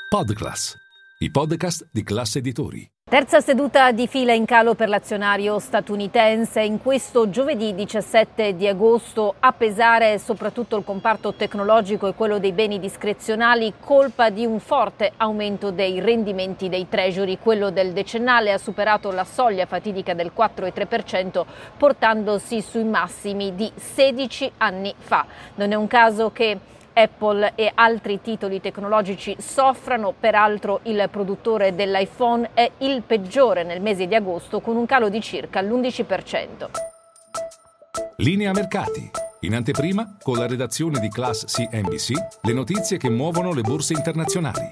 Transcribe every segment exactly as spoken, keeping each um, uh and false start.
Podclass, i podcast di Class Editori. Terza seduta di fila in calo per l'azionario statunitense. In questo giovedì diciassette di agosto a pesare soprattutto il comparto tecnologico e quello dei beni discrezionali, colpa di un forte aumento dei rendimenti dei treasury. Quello del decennale ha superato la soglia fatidica del quattro virgola tre per cento, portandosi sui massimi di sedici anni fa. Non è un caso che Apple e altri titoli tecnologici soffrano, peraltro il produttore dell'iPhone è il peggiore nel mese di agosto con un calo di circa l'undici per cento. Linea mercati. In anteprima, con la redazione di Class C N B C, le notizie che muovono le borse internazionali.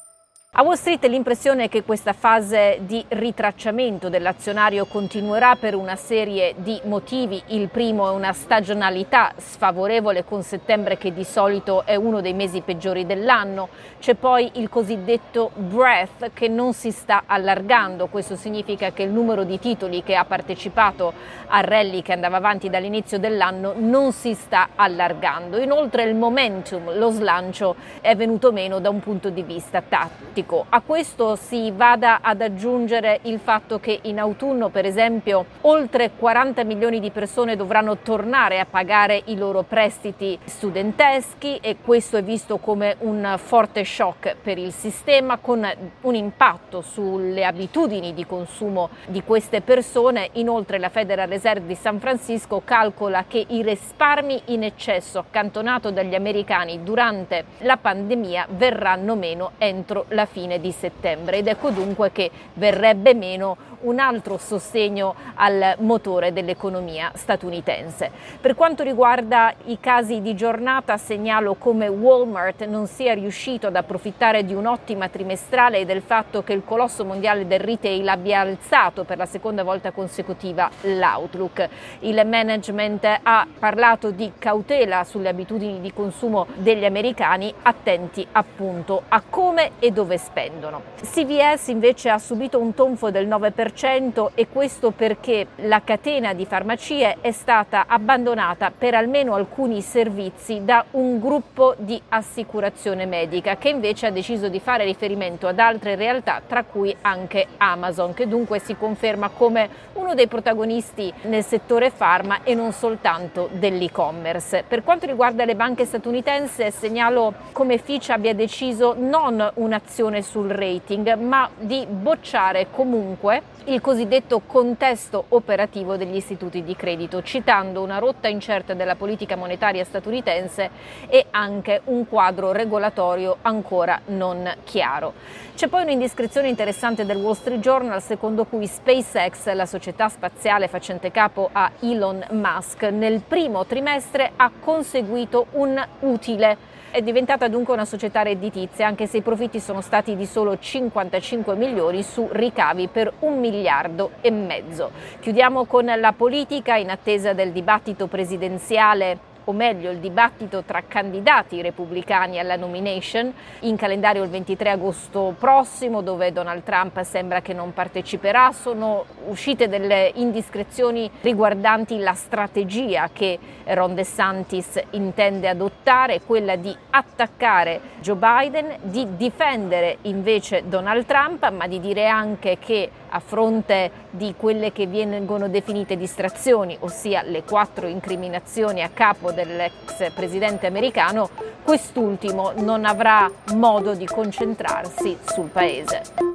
A Wall Street l'impressione è che questa fase di ritracciamento dell'azionario continuerà per una serie di motivi. Il primo è una stagionalità sfavorevole con settembre che di solito è uno dei mesi peggiori dell'anno. C'è poi il cosiddetto breadth che non si sta allargando. Questo significa che il numero di titoli che ha partecipato al rally che andava avanti dall'inizio dell'anno non si sta allargando. Inoltre il momentum, lo slancio, è venuto meno da un punto di vista tattico. A questo si vada ad aggiungere il fatto che in autunno, per esempio, oltre quaranta milioni di persone dovranno tornare a pagare i loro prestiti studenteschi e questo è visto come un forte shock per il sistema, con un impatto sulle abitudini di consumo di queste persone. Inoltre la Federal Reserve di San Francisco calcola che i risparmi in eccesso accantonato dagli americani durante la pandemia verranno meno entro la fine di settembre ed ecco dunque che verrebbe meno un altro sostegno al motore dell'economia statunitense. Per quanto riguarda i casi di giornata, segnalo come Walmart non sia riuscito ad approfittare di un'ottima trimestrale e del fatto che il colosso mondiale del retail abbia alzato per la seconda volta consecutiva l'outlook. Il management ha parlato di cautela sulle abitudini di consumo degli americani, attenti appunto a come e dove spendono. C V S invece ha subito un tonfo del nove per cento e questo perché la catena di farmacie è stata abbandonata per almeno alcuni servizi da un gruppo di assicurazione medica che invece ha deciso di fare riferimento ad altre realtà, tra cui anche Amazon, che dunque si conferma come uno dei protagonisti nel settore farma e non soltanto dell'e-commerce. Per quanto riguarda le banche statunitensi, segnalo come Fitch abbia deciso non un'azione sul rating, ma di bocciare comunque il cosiddetto contesto operativo degli istituti di credito, citando una rotta incerta della politica monetaria statunitense e anche un quadro regolatorio ancora non chiaro. C'è poi un'indiscrezione interessante del Wall Street Journal, secondo cui SpaceX, la società spaziale facente capo a Elon Musk, nel primo trimestre ha conseguito un utile. È diventata dunque una società redditizia, anche se i profitti sono stati di solo cinquantacinque milioni su ricavi per un miliardo e mezzo. Chiudiamo con la politica in attesa del dibattito presidenziale, o meglio il dibattito tra candidati repubblicani alla nomination, in calendario il ventitré agosto prossimo, dove Donald Trump sembra che non parteciperà. Sono uscite delle indiscrezioni riguardanti la strategia che Ron DeSantis intende adottare, quella di attaccare Joe Biden, di difendere invece Donald Trump, ma di dire anche che a fronte di quelle che vengono definite distrazioni, ossia le quattro incriminazioni a capo dell'ex presidente americano, quest'ultimo non avrà modo di concentrarsi sul paese.